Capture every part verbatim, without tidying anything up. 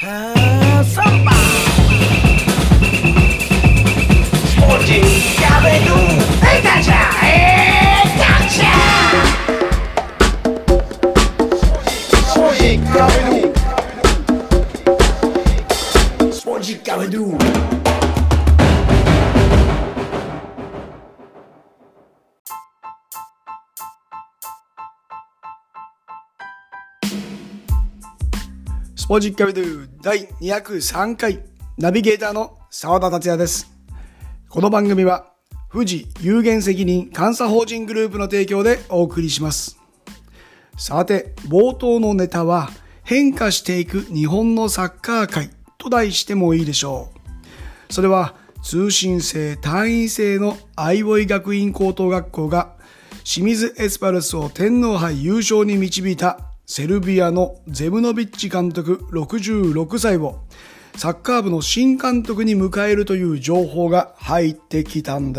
Ah, samba. Sporty Avenue. Hey, gotcha. Hey, gotcha. Sporty Avenue. Sporty Avenue.スポジックアビドゥだいにひゃくさんかいナビゲーターの澤田達也です。この番組は富士有限責任監査法人グループの提供でお送りします。さて、冒頭のネタは変化していく日本のサッカー界と題してもいいでしょう。それは通信制単位制の相生学院高等学校が清水エスパルスを天皇杯優勝に導いたセルビアのゼムノビッチ監督ろくじゅうろくさいをサッカー部の新監督に迎えるという情報が入ってきたんです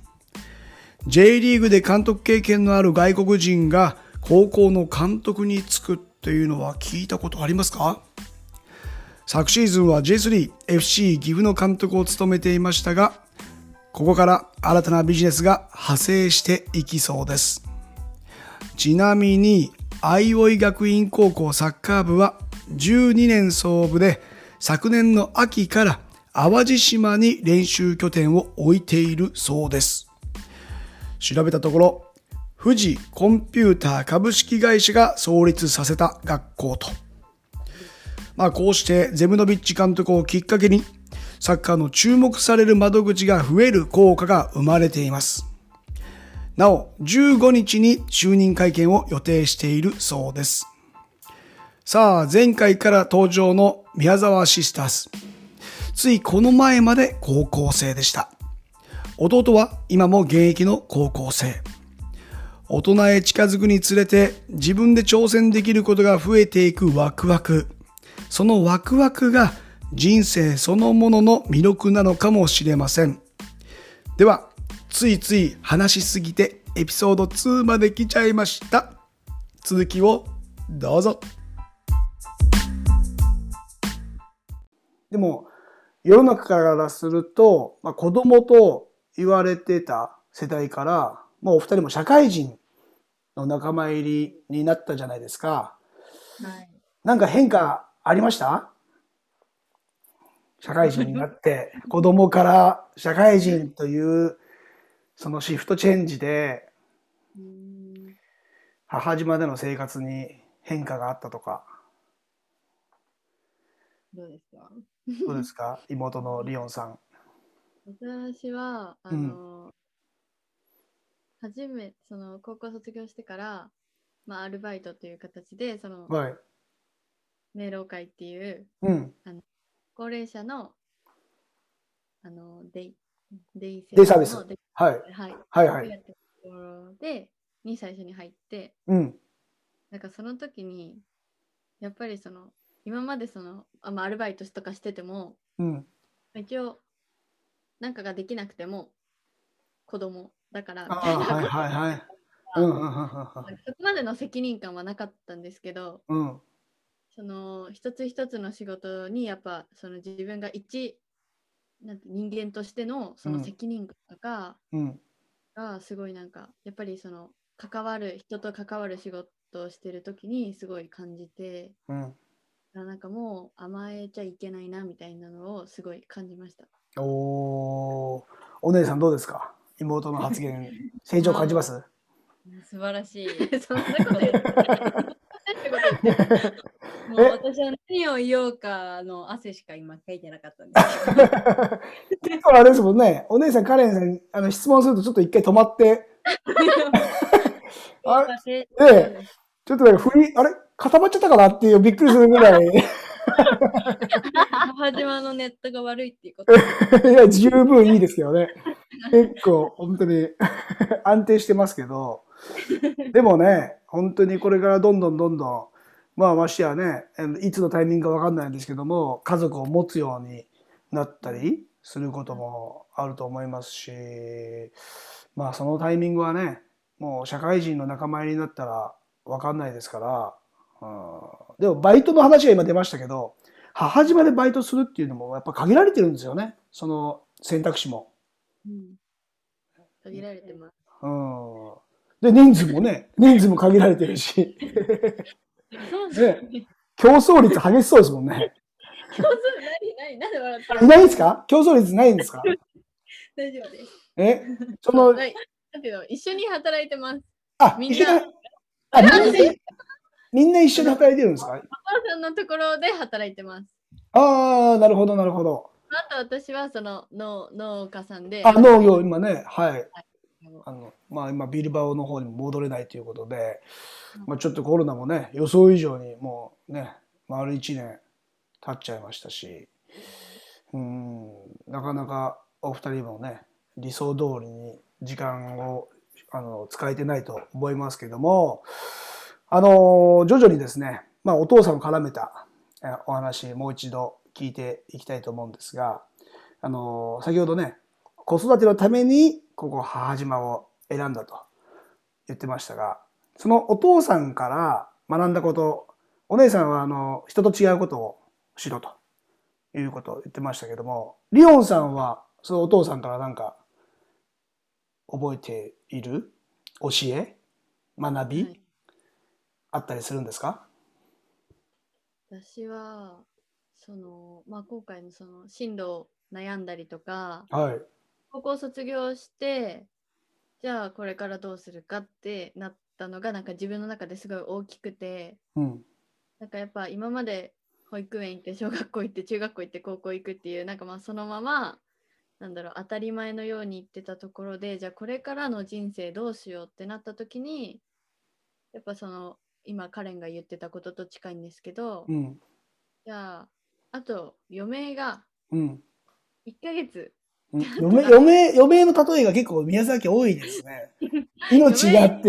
。J リーグで監督経験のある外国人が高校の監督に就くというのは聞いたことありますか？昨シーズンは ジェイスリーエフシー 岐阜の監督を務めていましたが、ここから新たなビジネスが派生していきそうです。ちなみに相生学院高校サッカー部はじゅうにねん創部で、昨年の秋から淡路島に練習拠点を置いているそうです。調べたところ、富士コンピューター株式会社が創立させた学校と。まあこうしてゼムノビッチ監督をきっかけに、サッカーの注目される窓口が増える効果が生まれています。なお、じゅうごにちに就任会見を予定しているそうです。さあ、前回から登場の宮沢シスターズ。ついこの前まで高校生でした。弟は今も現役の高校生。大人へ近づくにつれて自分で挑戦できることが増えていくワクワク。そのワクワクが人生そのものの魅力なのかもしれません。では、ついつい話しすぎてエピソードにまで来ちゃいました。続きをどうぞ。でも世の中からすると、まあ、子供と言われてた世代からもうお二人も社会人の仲間入りになったじゃないですか。はい、なんか変化ありました？社会人になって子供から社会人というそのシフトチェンジで母島での生活に変化があったとか。 どうですか？ どうですか妹のリオンさん。 私はあの、うん、初めその高校卒業してから、まあ、アルバイトという形でその、はい、明朗会っていう、うん、あの高齢者のあのデイデイデイサービス、はいはい、はいはいやってるところでに最初に入って、うん、なんかその時にやっぱりその今までそのあ、まあ、アルバイトとかしてても、うん、一応なんかができなくても子供だからみたいな、はいはいはい、そこまでの責任感はなかったんですけど、うん、その一つ一つの仕事にやっぱその自分が一なんて人間としてのその責任感とかがすごいなんかやっぱりその関わる人と関わる仕事をしてる時にすごい感じて、うん、なんかもう甘えちゃいけないなみたいなのをすごい感じました。 おー、お姉さんどうですか？妹の発言成長感じます？ 素晴らしい。そんなこと言ってもう私は何を言おうかの汗しか今書いてなかったんです結構あれですもんね。お姉さんカレンさんにあの質問するとちょっと一回止まってあれでちょっとなんか振りあれ固まっちゃったかなっていうびっくりするぐらい母島のネットが悪いっていうこといや十分いいですけどね。結構本当に安定してますけど、でもね本当にこれからどんどんどんどんまあましてやねいつのタイミングか分かんないんですけども家族を持つようになったりすることもあると思いますし、まあそのタイミングはねもう社会人の仲間入りになったら分かんないですから、うん、でもバイトの話が今出ましたけど母島でバイトするっていうのもやっぱ限られてるんですよね。その選択肢も。 うん。限られてます。 うん。で、人数もね、人数も限られてるし。 そうですね。 ね、競争率激しそうですもんね。 競争、何、何、なんで笑ってるいないですか？競争率ないんですか？ 大丈夫です。 え、その、 だけど、一緒に働いてます。 あ、 みんな、 あ、みんな、みんな一緒に働いてるんですか？ お父さんのところで働いてます。 ああ、なるほど、なるほど。 あと私はその農農家さんで。 あ、農業、今ね、はい。はい、あの、まあ今、ビルバオの方にも戻れないということで、まあちょっとコロナもね、予想以上にもうね、丸一年経っちゃいましたし、うん、なかなかお二人もね、理想通りに時間をあの使えてないと思いますけども、あの、徐々にですね、まあお父さんを絡めたお話、もう一度聞いていきたいと思うんですが、あの、先ほどね、子育てのためにここ母島を選んだと言ってましたが、そのお父さんから学んだこと、お姉さんはあの人と違うことをしろということを言ってましたけども、リオンさんはそのお父さんから何か覚えている教え、学び、はい、あったりするんですか？ 私はその、まあ、今回のその進路を悩んだりとか、 はい、 高校卒業してじゃあこれからどうするかってなったのがなんか自分の中ですごい大きくて、うん、なんかやっぱ今まで保育園行って小学校行って中学校行って高校行くっていうなんかまあそのままなんだろう当たり前のように言ってたところで、じゃあこれからの人生どうしようってなった時にやっぱその今カレンが言ってたことと近いんですけど、うん、じゃああと余命がいっかげつ、 うん、余命、余命、余命の例えが結構宮崎多いですね。命があって。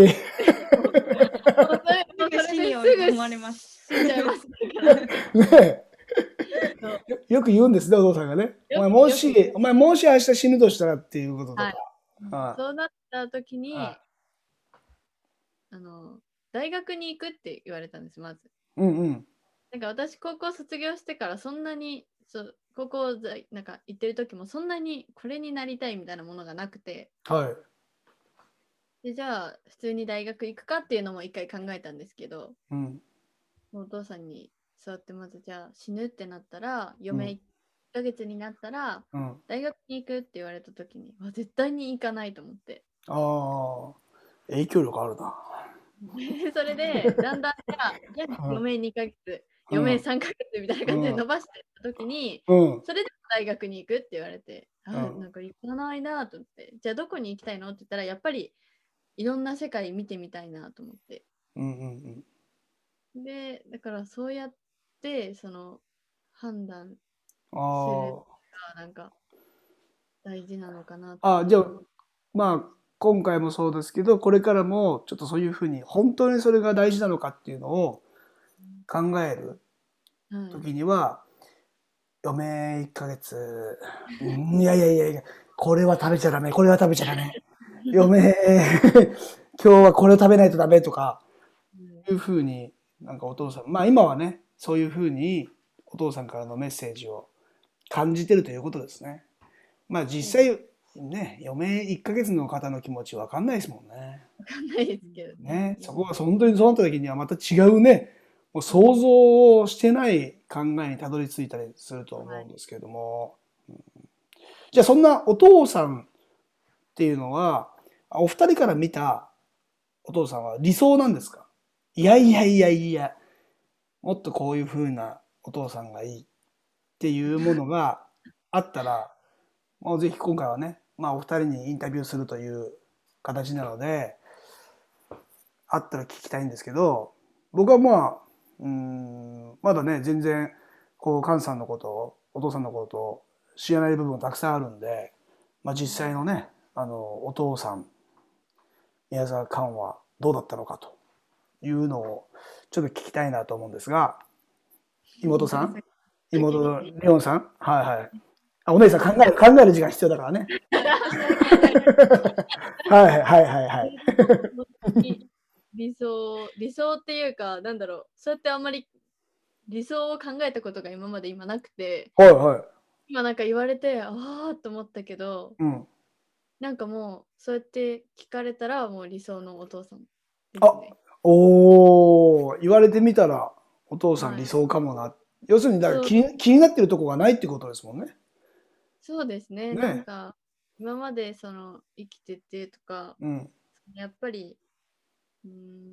それですぐ生まれます。死んじゃいますから。 ねよ, よく言うんですね、お父さんがね。お前もし、お前もし明日死ぬとしたらっていうこととか。はいはい、そうなった時に、はい、あの、大学に行くって言われたんです、まず。うんうん。なんか私、高校卒業してからそんなに、そう高校なんか行ってる時もそんなにこれになりたいみたいなものがなくて。はい。でじゃあ普通に大学行くかっていうのも一回考えたんですけど、うん、お父さんに座ってまずじゃあ死ぬってなったら余命いっかげつになったら、うん、大学に行くって言われた時にわ絶対に行かないと思って。 ああ影響力あるな。 それでだんだんじゃあ余命にかげつ、余命さんかげつみたいな感じで伸ばしていった時に、うん、それでも大学に行くって言われて、うん、あなんか行かないなと思って、じゃあどこに行きたいのって言ったらやっぱりいろんな世界見てみたいなと思って、うんうんうん、でだからそうやってその判断するのがなんか大事なのかなと。 ああじゃあまあ今回もそうですけどこれからもちょっとそういうふうに本当にそれが大事なのかっていうのを考える時には、はい、余命いっかげついやいやいやいやこれは食べちゃダメこれは食べちゃダメ余命今日はこれを食べないとダメとかいうふうになんかお父さんまあ今はねそういうふうにお父さんからのメッセージを感じてるということですね。まあ実際ね余命いっかげつの方の気持ちわかんないですもんね。 わかんないですけどね。そこは本当にそうなった時にはまた違うねもう想像をしてない考えにたどり着いたりすると思うんですけども、はい、じゃあそんなお父さんっていうのはお二人から見たお父さんは理想なんですか？いやいやいやいやもっとこういう風なお父さんがいいっていうものがあったらもうぜひ今回はね、まあお二人にインタビューするという形なのであったら聞きたいんですけど、僕はまあうーんまだね全然こう菅さんのことをお父さんのことを知らない部分たくさんあるんで、まあ実際のねあのお父さん宮沢菅はどうだったのかというのをちょっと聞きたいなと思うんですが、妹さん妹のリオンさんはいはいあお姉さん考える考える時間必要だからねはいはいはいはい理想理想っていうかなんだろうそうやってあんまり理想を考えたことが今まで今なくて、 はいはい。 今なんか言われて、ああと思ったけど、 うん。 なんかもう、そうやって聞かれたら、もう理想のお父さんですあ、 ね。 おー、言われてみたら、お父さんはい。 理想かもな。要するに、だからそう、 気に、気になってるとこがないってことですもんね。 そうですね。なんね。 か、今までその生きててとか、 うん。 やっぱり、うん、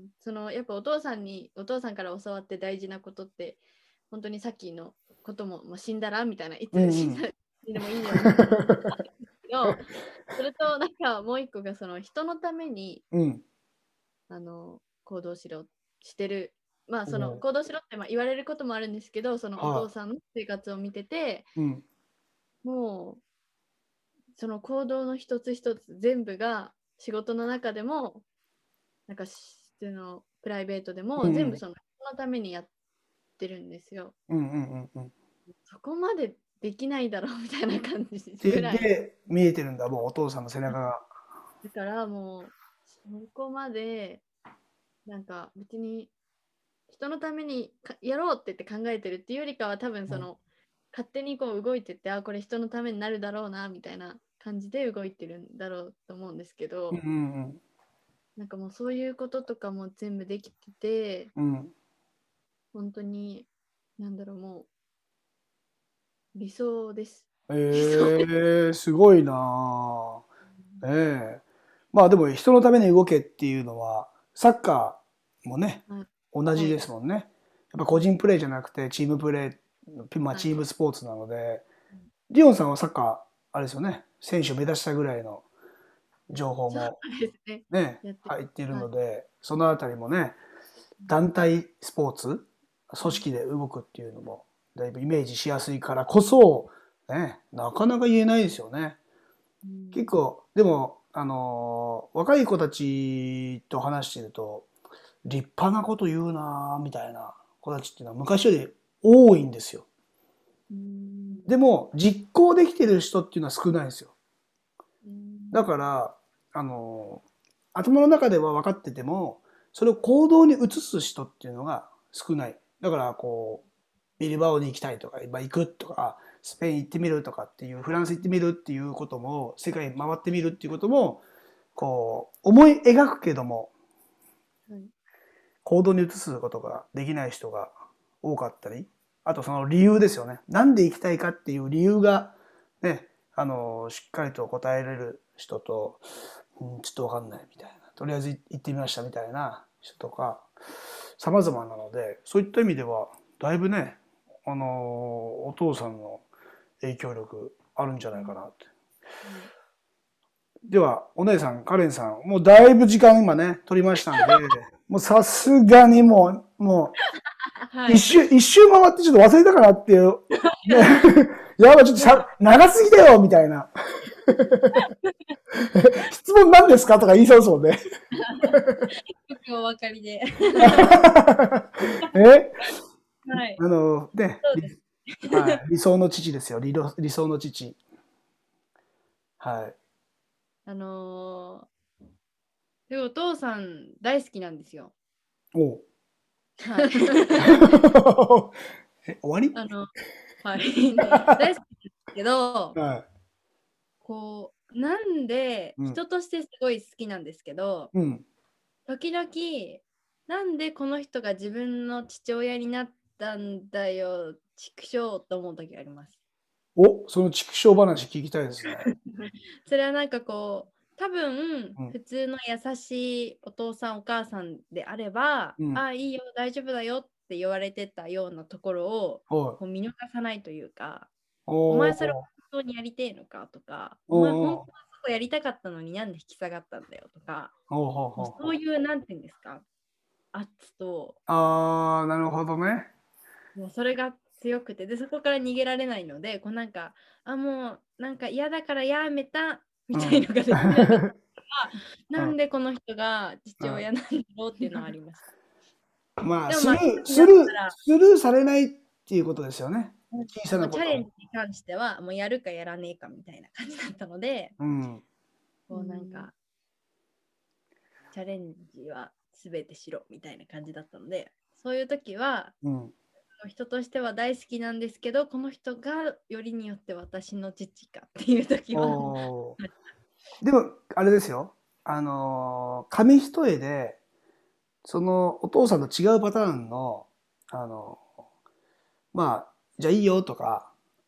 そのやっぱお父さんに、お父さんから教わって大事なことって、本当にさっきのことも、まあ、死んだらみたいな、いつ死んだら死んでもいいんだよみたいなけど、それとなんかもう一個がその人のためにうん。 あの行動しろしてる、まあそのおー、 行動しろってまあ言われることもあるんですけど、そのお父はさんの生活を見てて、 い。うん。 もうその行動の一つ一つ全部が仕事の中でもなんかそのプライベートでもうんうん。 全部その人のためにやってるんですよ。 うんうんうんうん。 そこまでできないだろうみたいな感じぐで、 らい。 で、見えてるんだ、もうお父さんの背中が。 だからもうそこまでなんか別に人のためにかやろうって言って考えてるっていうよりかは多分うん。 その勝手にこう動いてってあこれ人のためになるだろうなみたいな感じで動いてるんだろうと思うんですけうんど、 うんなんかもうそういうこととかも全部できててうん。うん。 本当になんだろうもう理想です。理想です。 ええ、すごいなぁ。ええ。まあでも人のために動けっていうのは、サッカーもね、 はい。 同じではい。 すもんね。やっぱ個人プレーじゃなくてチームプレー、まあはい。 チームスポーツなので、リオンさんはサッカー、あれですよね、選手を目指したぐらいの情報そうもですね。 ね、 やってる。 入っているはい。 ので、そのあたりもね、団体スポーツ、組織で動くっていうのも、だいぶイメージしやすいからこそ、ね、なかなか言えないですよね。 うん。 結構、でも、あのー若い子たちと話してると、立派なこと言うなぁ、みたいな子たちっていうのは昔より多いんですよ。 うん。 でも、実行できてる人っていうのは少ないんですよ。 うん。 だから、あのー頭の中では分かってても、それを行動に移す人っていうのが少ない。だから、こう、ビルバオに行きたいとか、まあ、行くとか、スペイン行ってみるとかっていう、フランス行ってみるっていうことも、世界回ってみるっていうことも、こう、思い描くけども、 はい。 行動に移すことができない人が多かったり、あとその理由ですよね。なんで行きたいかっていう理由が、ね、あの、しっかりと答えれる人と、うん、ちょっとわかんないみたいな。とりあえず行ってみましたみたいな人とか、様々なので、そういった意味では、だいぶね、あの、お父さんの影響力あるんじゃうん。 ないかなって。 はい。 では、お姉さん、カレンさん、もうだいぶ時間今ね、取りましたんで、もうさすがにもう、もう、 はい。 一周、一周回ってちょっと忘れたかなっていう、ね、やばい、ちょっとさ、長すぎだよみたいな。質問何ですかとか言いそうですもんね。 よくお分かりで。 えはい。 あの、ね、 そうです。 理はい、理想の父ですよ。理論理想の父。はい。 あのー、でお父さん大好きなんですよ。 おう。 はい。 え、終わりあの、はい。大好きですけど、 はこう、なんで、 い。うん。 人としてすごい好きなんですけど、 うん。 時々、なんでこの人が自分の父親になったんだよ、畜生と思う時があります。 お、その畜生話聞きたいですね。 それはなんかこう、多分うん。 普通の優しいお父さんお母さんであれば、 うん。 ああ、いいよ、大丈夫だよって言われてたようなところをはい。 こう見逃さないというか、お前それおー。 本当にやりてえのかとか、お前本当はおー。 そこやりたかったのになんで引き下がったんだよとか、 おー。おー。 もうおー。おー。 そういう、なんていうんですか、圧と、 あー、なるほどね。 もうそれが強くて、で、そこから逃げられないので、こうなんか、あ、もうなんか嫌だからやめたみうん。 たいのができなかったら、 うん。 なんでこの人が父うん。 親なんだろうっていうのはありました。 まあ、 でもまあ、 スルー、 今になっスルー、 たら、 スルーされないっていうことですよね。小さもうチャレンなことも。 ジに関しては、もうやるかやらねえかみたいな感じだったので、 うん。 こうなんか、チャレンジは全てしろみたいな感じだったので、そういう時は、 うん。 人としては大好きなんですけど、この人がよりによって私の父かっていう時は。 でもあれですよ、あの紙一重でそのお父さんと違うパターンのあのまあじゃあいいよとか、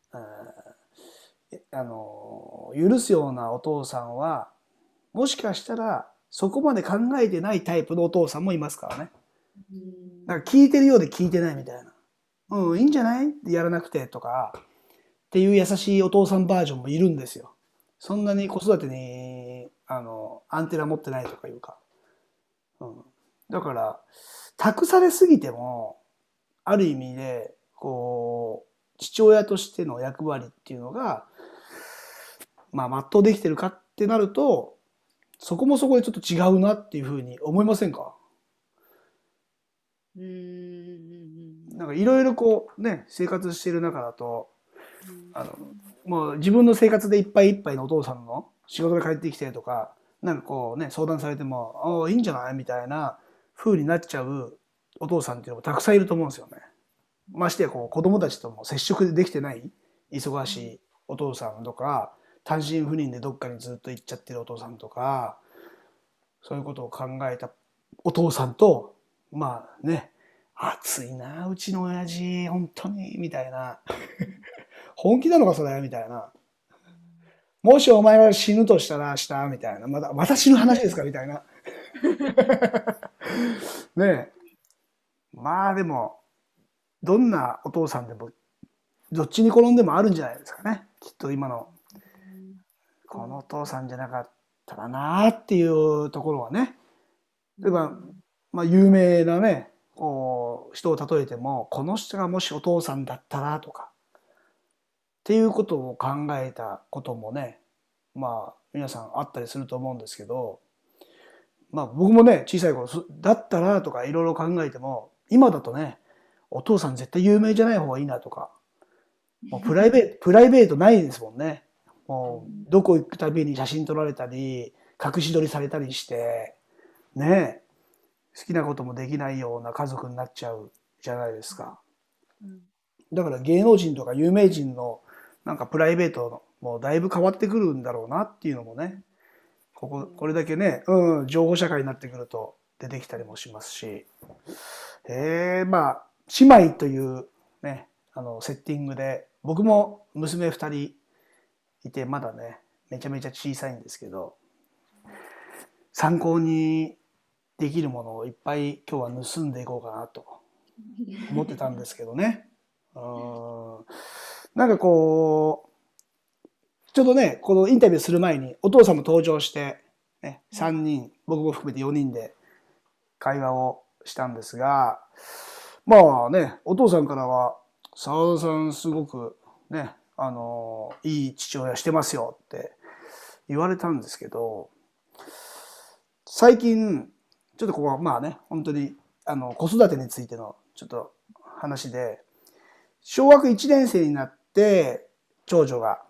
あの許すようなお父さんはもしかしたらそこまで考えてないタイプのお父さんもいますからね。だから聞いてるようで聞いてないみたいな。うん、いいんじゃないやらなくてとかっていう優しいお父さんバージョンもいるんですよ。そんなに子育てにあのアンテナ持ってないとかいうか。うん、だから託されすぎてもある意味でこう父親としての役割っていうのがまあ全うできてるかってなるとそこもそこでちょっと違うなっていうふうに思いませんか？ うーんなんかいろいろこうね生活してる中だとあのもう自分の生活でいっぱいいっぱいのお父さんの仕事で帰ってきてとかなんかこうね相談されてもああいいんじゃないみたいな風になっちゃうお父さんっていうのもたくさんいると思うんですよね。ましてやこう子供たちとも接触できてない忙しいお父さんとか単身赴任でどっかにずっと行っちゃってるお父さんとかそういうことを考えたお父さんとまあね熱いなうちの親父本当にみたいな本気なのかそれみたいなもしお前が死ぬとしたら明日みたいなまだ私の話ですかみたいなねえまあでもどんなお父さんでもどっちに転んでもあるんじゃないですかねきっと今のこのお父さんじゃなかったらなっていうところはね例えば、まあ、有名なねこう人を例えてもこの人がもしお父さんだったらとかっていうことを考えたこともねまあ皆さんあったりすると思うんですけどまあ僕もね小さい頃だったらとかいろいろ考えても今だとねお父さん絶対有名じゃない方がいいなとかもうプライベートプライベートないですもんね。もうどこ行くたびに写真撮られたり隠し撮りされたりしてね好きなこともできないような家族になっちゃうじゃないですか。だから芸能人とか有名人のなんかプライベートもだいぶ変わってくるんだろうなっていうのもねこここれだけね、うん、情報社会になってくると出てきたりもしますし、えー、まあ姉妹というねあのセッティングで僕も娘ふたりいてまだねめちゃめちゃ小さいんですけど参考にできるものをいっぱい今日は盗んでいこうかなと思ってたんですけどね。うんなんかこうちょうどねこのインタビューする前にお父さんも登場して、ね、さんにん僕も含めてよにんで会話をしたんですがまあねお父さんからは澤田さんすごくねあのいい父親してますよって言われたんですけど最近ちょっとここはまあね本当にあの子育てについてのちょっと話で小学いちねん生になって長女が、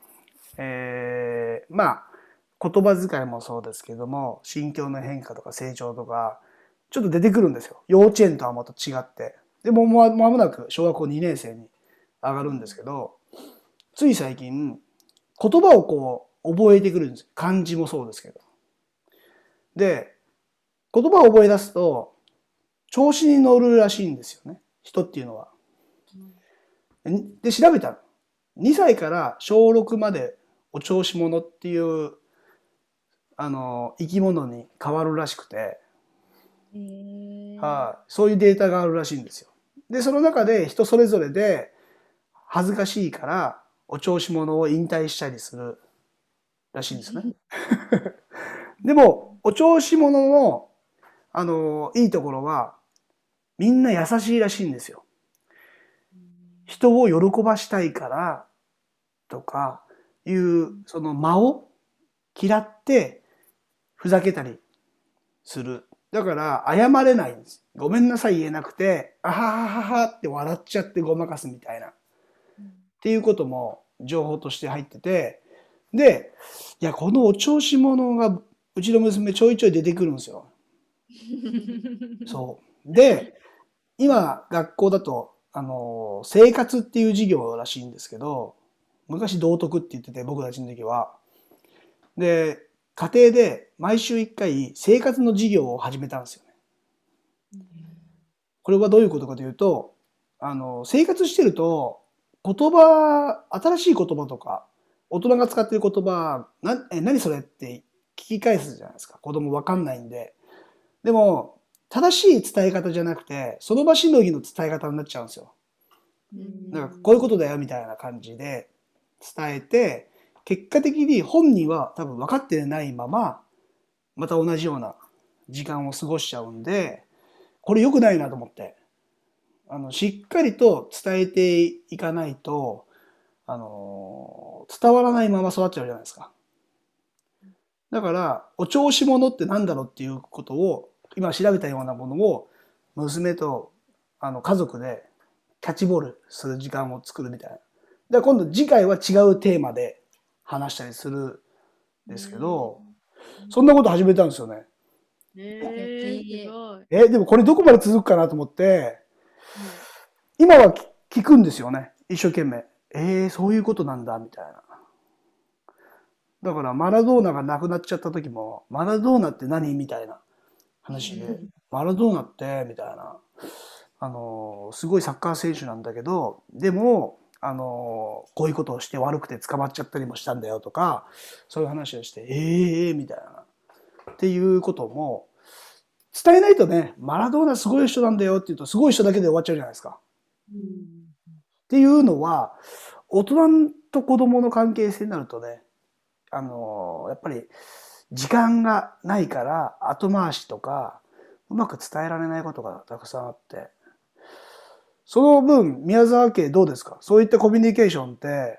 えー、まあ言葉遣いもそうですけども心境の変化とか成長とかちょっと出てくるんですよ。幼稚園とはまた違ってでも間もなく小学校にねん生に上がるんですけどつい最近言葉をこう覚えてくるんです。漢字もそうですけどで言葉を覚え出すと調子に乗るらしいんですよね人っていうのは。で調べたのにさいからしょうろくまでお調子者っていうあの生き物に変わるらしくて、はあ、そういうデータがあるらしいんですよ。でその中で人それぞれで恥ずかしいからお調子者を引退したりするらしいんですね。でもお調子者のあのいいところはみんな優しいらしいんですよ。人を喜ばしたいからとかいうその間を嫌ってふざけたりする。だから謝れないんです。ごめんなさい言えなくて、あははははって笑っちゃってごまかすみたいな。っていうことも情報として入ってて、で、いや、このお調子者がうちの娘ちょいちょい出てくるんですよ。そう。で、今学校だと、 あの、生活っていう授業らしいんですけど、昔道徳って言ってて、僕たちの時は。で、家庭で毎週一回生活の授業を始めたんですよね。これはどういうことかというと、あの、生活してると、言葉、新しい言葉とか、大人が使っている言葉、な、え、何それって聞き返すじゃないですか。子供わかんないんで。でも、正しい伝え方じゃなくて、その場しのぎの伝え方になっちゃうんですよ。だから、こういうことだよみたいな感じで伝えて、結果的に本人は多分分かってないまま、また同じような時間を過ごしちゃうんで、これ良くないなと思って。あの、しっかりと伝えていかないと、あの、伝わらないまま育っちゃうじゃないですか。だから、お調子者ってなんだろうっていうことを、今調べたようなものを、娘と、あの、家族でキャッチボールする時間を作るみたいな。で、今度次回は違うテーマで話したりするんですけど、そんなこと始めたんですよね。 えー、すごい。 え、でもこれどこまで続くかなと思って、今は聞くんですよね。一生懸命。えー、そういうことなんだ、みたいな。だからマラドーナが亡くなっちゃった時も、マラドーナって何みたいな話で、マラドーナって、みたいな。あの、すごいサッカー選手なんだけど、でも、あの、こういうことをして悪くて捕まっちゃったりもしたんだよとか、そういう話をして、ええー、みたいな。っていうことも、伝えないとね、マラドーナすごい人なんだよって言うと、すごい人だけで終わっちゃうじゃないですか。うん、っていうのは、大人と子供の関係性になるとね、あの、やっぱり時間がないから後回しとか、うまく伝えられないことがたくさんあって、その分、宮沢家どうですか？そういったコミュニケーションって、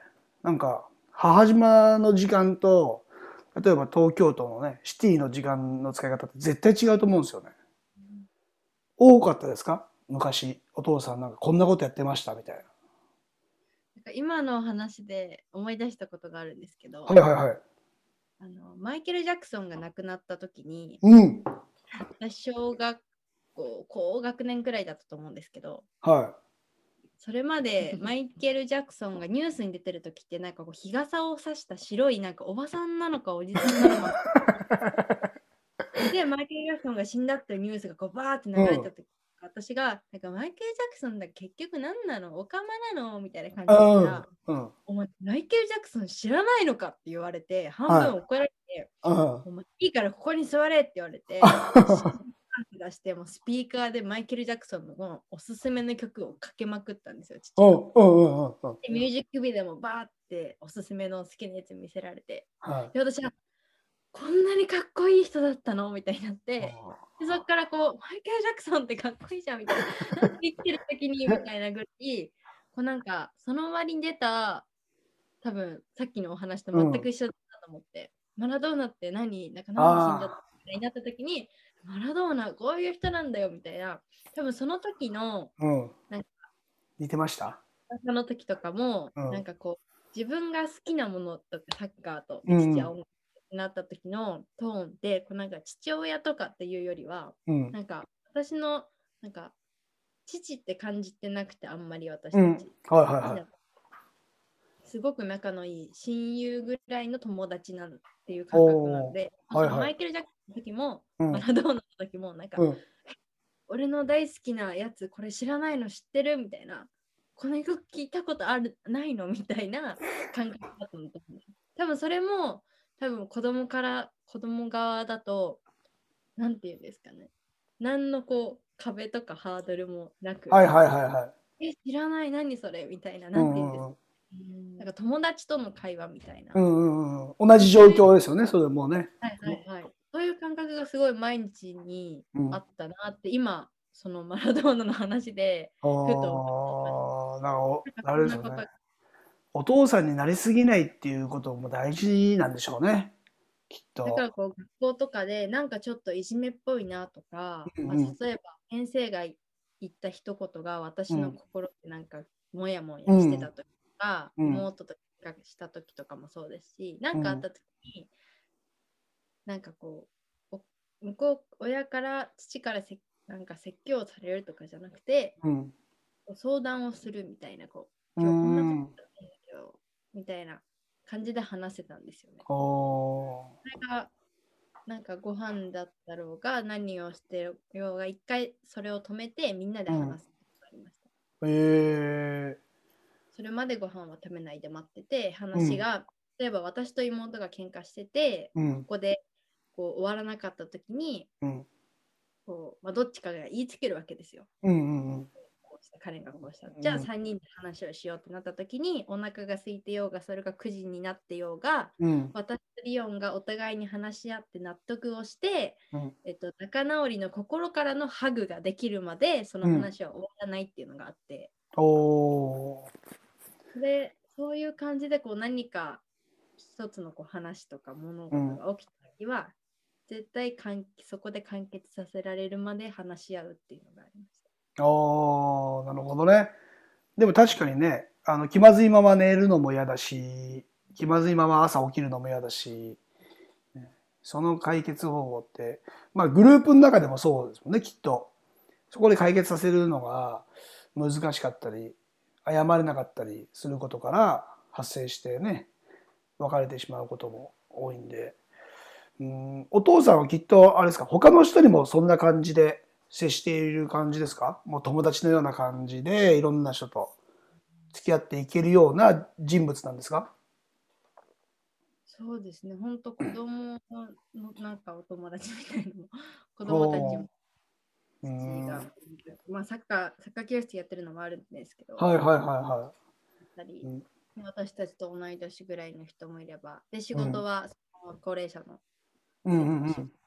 なんか、母島の時間と、例えば東京都のね、シティの時間の使い方って絶対違うと思うんですよね。多かったですか？昔、お父さんなんかこんなことやってましたみたいな。 なんか今の話で思い出したことがあるんですけど、 はいはいはい。 あのマイケル・ジャクソンが亡くなった時に、 うん。 私小学校高学年くらいだったと思うんですけど、 はい。 それまでマイケル・ジャクソンがニュースに出てる時ってなんかこう日傘を差した白いなんかおばさんなのかおじさんなのかでマイケル・ジャクソンが死んだっていうニュースがこうバーって流れた時、うん、私がなんかマイケル・ジャクソンだ結局何なのオカマなのみたいな感じで言ったら、うんうん、お前マイケル・ジャクソン知らないのかって言われて半分怒られて、はい、お前いいからここに座れって言われて出してもスピーカーでマイケル・ジャクソンのおすすめの曲をかけまくったんですよ、父が。でミュージックビデオもバーっておすすめの好きなやつ見せられて、はい、で私はこんなにかっこいい人だったのみたいになって、でそこからこうマイケル・ジャクソンってかっこいいじゃんみたいな生きてる時にみたいなぐらいこうなんかその割に出た多分さっきのお話と全く一緒だなと思って、うん、マラドーナって何なんかなんで死んじゃったみたいになった時にマラドーナこういう人なんだよみたいな、多分その時の、うん、なんか似てました。 その時とかも、うん、なんかこう自分が好きなものとかサッカーと歴史や音楽になった時のトーンってこうなんか父親とかっていうよりは、うん、なんか私のなんか父って感じてなくてあんまり私たち、うん、はいはいはい、すごく仲のいい親友ぐらいの友達なのっていう感覚なので、はいはい、そのマイケル・ジャクソンの時も、うん、マラドーナの時もなんか、うん、俺の大好きなやつこれ知らないの知ってるみたいな、この曲聞いたことあるないのみたいな感覚だと思う。多分それも多分子供から子供側だとなんていうんですかね、何のこう壁とかハードルもなく、 はいはいはいはい、 え知らない何それみたいな、なんていうんですか、うんうん、なんか友達との会話みたいな、 うんうんうん、同じ状況ですよね、それもね。 はいはいはい、そういう感覚がすごい毎日にあったなって、うん、今そのマラドーナの話でふと思いました。 ああ、なるほどね。お父さんになりすぎないっていうことも大事なんでしょうね、きっと。 だからこう学校とかでなんかちょっといじめっぽいなとか、うんうん、例えば先生が言った一言が私の心でなんかモヤモヤしてた時とか、うん、妹とかした時とかもそうですし、何、うん、かあった時になんかこう向こう親から父からせなんか説教されるとかじゃなくて、うん、 相談をするみたいな、こう、今日こんなことあったんだけど、みたいな感じで話せたんですよね。それが、なんかご飯だったろうが、何をしてようが、一回それを止めてみんなで話すことがありました。 うん、へえ。 それまでご飯は食べないで待ってて、話が、うん、例えば私と妹が喧嘩してて、うん、ここでこう終わらなかった時に、うん、こうまあ、どっちかが言いつけるわけですよ。うんうんうん、こうした彼がこうした。じゃあさんにんで話をしようってなった時に、お腹が空いてようが、それがくじになってようが、うん、私とリオンがお互いに話し合って納得をして、うん、えっと、仲直りの心からのハグができるまで、その話は終わらないっていうのがあって。うん、おー。で、そういう感じでこう何か一つのこう話とか物事が起きた時は、うん、絶対かんそこで完結させられるまで話し合うっていうのがありました。 ああ、なるほどね。でも確かにね、あの気まずいまま寝るのも嫌だし、気まずいまま朝起きるのも嫌だし、その解決方法って、まあグループの中でもそうですもんね、きっと。そこで解決させるのが難しかったり、謝れなかったりすることから発生してね、別れてしまうことも多いんで。うん、お父さんはきっとあれですか、他の人にもそんな感じで接している感じですか？もう友達のような感じでいろんな人と付き合っていけるような人物なんですか？ そうですね、本当子供のなんかお友達みたいなの子供たちも父が、まあ、サッカーサッカー教室やってるのもあるんですけど、 はいはいはいはい。 うん、私たちと同い年ぐらいの人もいれば、で仕事はその高齢者の人とかして、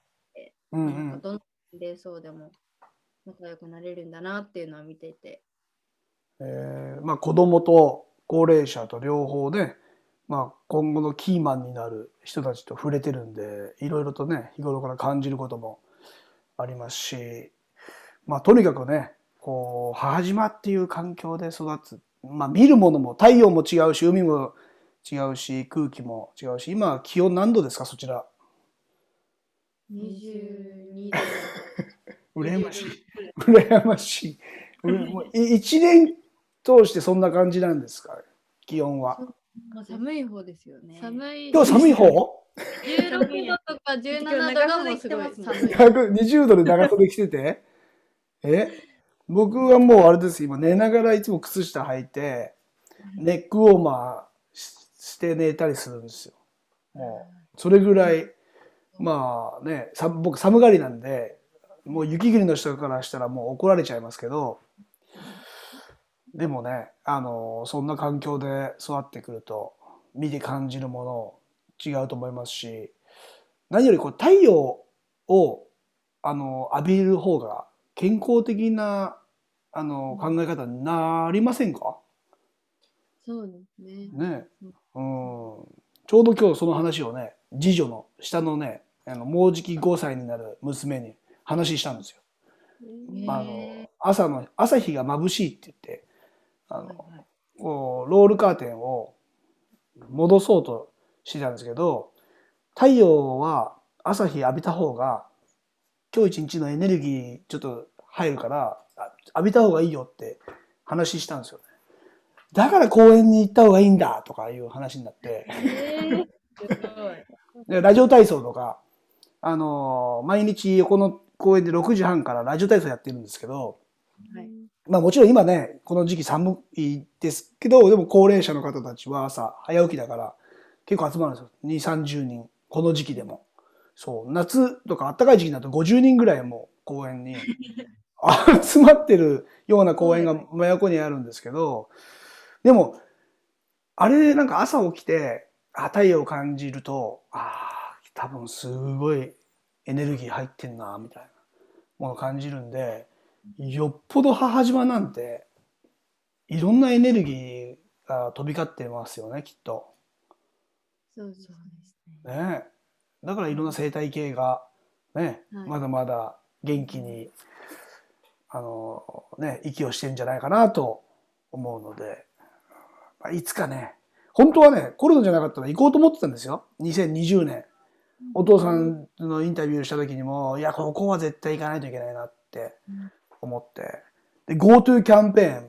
うんうんうん、なんかどんな年齢層でも仲良くなれるんだなっていうのは見ていて、 えー、まあ子供と高齢者と両方ね、まあ、今後のキーマンになる人たちと触れてるんで、いろいろとね日頃から感じることもありますし、まあとにかくね、こう母島っていう環境で育つ、まあ見るものも太陽も違うし海も違うし空気も違うし、今気温何度ですかそちら？ にじゅうにど。羨ましい羨ましい。一年通してそんな感じなんですか、気温は？ まあ、寒い方ですよね。 寒い。今日寒い方？ じゅうろくどとかじゅうななどがもうすごい寒い。 にじゅうどで長袖着ててえ僕はもうあれです、今寝ながらいつも靴下履いてネックウォーマーして寝たりするんですよ。もうそれぐらい、まあね、僕寒がりなんで、もう雪国の人からしたらもう怒られちゃいますけど、でもね、あのそんな環境で育ってくると見て感じるもの違うと思いますし、何よりこう太陽をあの浴びる方が健康的なあの考え方になりませんか？ そうですね。 ね、うん、ちょうど今日その話をね、次女の下のね、あのもうじきごさいになる娘に話したんですよ。あの朝の朝日が眩しいって言って、あの、はいはい、こうロールカーテンを戻そうとしてたんですけど、太陽は朝日浴びた方が今日一日のエネルギーちょっと入るから浴びた方がいいよって話したんですよね。だから公園に行った方がいいんだとかいう話になって、えー、すごい。ラジオ体操とか、あの毎日横の公園でろくじはんからラジオ体操やってるんですけど、はい、まあもちろん今ねこの時期寒いですけど、でも高齢者の方たちは朝早起きだから結構集まるんですよ。にじゅう、さんじゅうにん、この時期でも。そう、夏とか暖かい時期になるとごじゅうにんぐらいも公園に集まってるような公園が真横にあるんですけど、でもあれなんか朝起きて太陽を感じると、ああ多分すごいエネルギー入ってんなみたいなものを感じるんで、よっぽど母島なんていろんなエネルギーが飛び交ってますよね、きっと。 そうですね。ね、だからいろんな生態系がね、はい、まだまだ元気にあのね息をしてるんじゃないかなと思うので、いつかね、本当はねコロナじゃなかったら行こうと思ってたんですよ。にせんにじゅうねん、お父さんのインタビューした時にも、いやここは絶対行かないといけないなって思って、で GoTo キャンペーン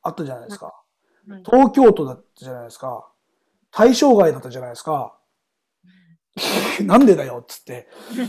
あったじゃないですか。 はい、 東京都だったじゃないですか。対象外だったじゃないですか。なんでだよっつって。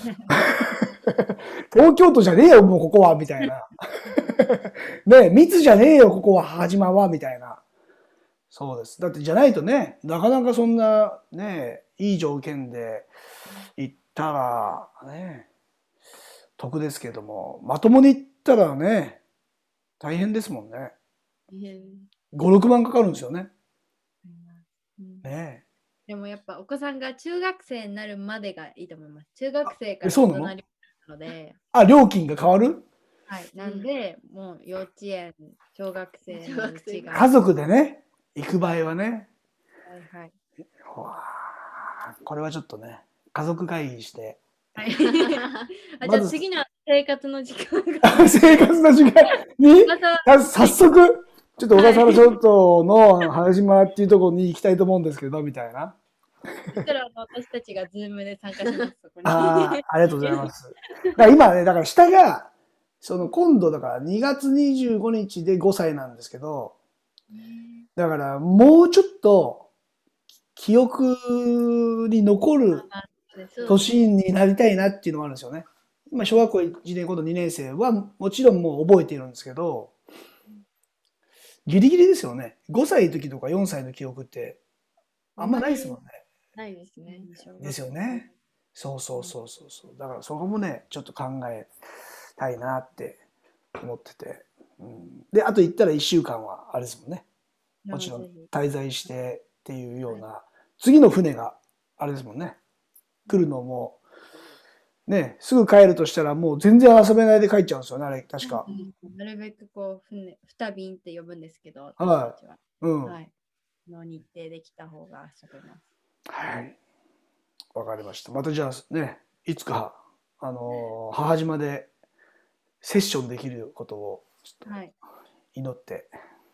東京都じゃねえよ、もうここは、みたいな。ねえ、密じゃねえよ、ここは、はじまは、みたいな。そうです。だってじゃないとね、なかなかそんな、ね、いい条件で行ったら、ね、得ですけども、まともに行ったらね、大変ですもんね。ご、ろくまんかかるんですよね。 うん、 ねえ。 でもやっぱお子さんが中学生になるまでがいいと思います。中学生から大人になるので。 あ、料金が変わる？ はい。なんで、うん、もう幼稚園、小学生のうちが。 家族でね、行く場合はね。 はいはい。 これはちょっとね、家族会議して。 はい、あ、じゃあ次の生活の時間が。生活の時間に早速、ちょっと小笠原諸島の原島っていうところに行きたいと思うんですけど、みたいな。 そしたら私たちがズームで参加します。そこにああ、ありがとうございます。だから今ね、だから下が、その今度だからにがつにじゅうごにちでごさいなんですけど、だからもうちょっと記憶に残る年になりたいなっていうのもあるんですよね。今小学校いちねん、今度にねんせいはもちろんもう覚えているんですけど、ギリギリですよね。ごさいの時とかよんさいの記憶ってあんまないですもんね。 ないですね。 ですよね。そうそうそうそうそう。だからそこもね、ちょっと考えたいなって思ってて。うん、で、あと行ったらいっしゅうかんはあれですもんね。もちろん滞在してっていうような、次の船があれですもんね。来るのも、ね、すぐ帰るとしたらもう全然遊べないで帰っちゃうんですよね、あれ、確か。 なるべくこう、船、二便って呼ぶんですけど、 はい。うん。 はい。の日程できた方が遊べます。 はい。わかりました。またじゃあね、いつか、あのー、母島でセッションできることを祈って。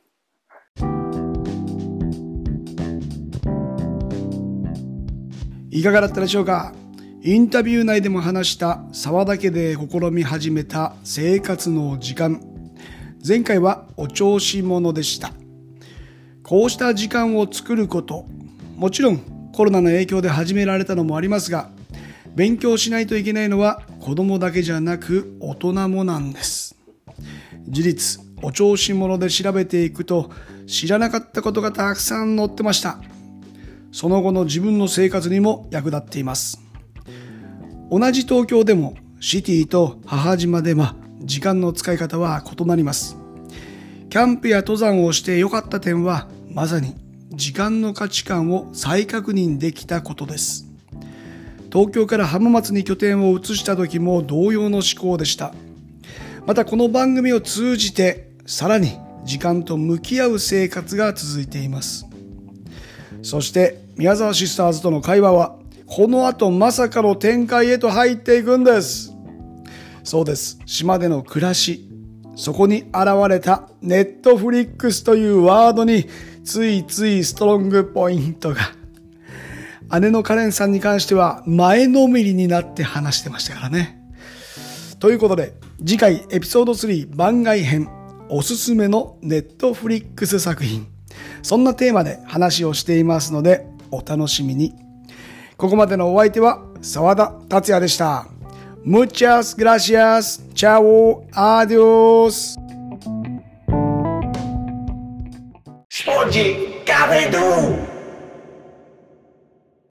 はい、いかがだったでしょうか。インタビュー内でも話した沢田家で試み始めた生活の時間。前回はお調子者でした。こうした時間を作ること、もちろんコロナの影響で始められたのもありますが、勉強しないといけないのは子供だけじゃなく大人もなんです。事実、お調子者で調べていくと知らなかったことがたくさん載ってました。その後の自分の生活にも役立っています。同じ東京でもシティと母島では時間の使い方は異なります。キャンプや登山をして良かった点はまさに時間の価値観を再確認できたことです。東京から浜松に拠点を移した時も同様の思考でした。またこの番組を通じてさらに時間と向き合う生活が続いています。そして宮沢シスターズとの会話はこの後まさかの展開へと入っていくんです。そうです。島での暮らし、そこに現れたネットフリックスというワードについついストロングポイントが。姉のカレンさんに関しては前のめりになって話してましたからね。ということで次回エピソードスリー番外編、おすすめのネットフリックス作品、そんなテーマで話をしていますのでお楽しみに。ここまでのお相手は澤田達也でした。Muchas gracias. Chao. Adiós. Explode Cavedu!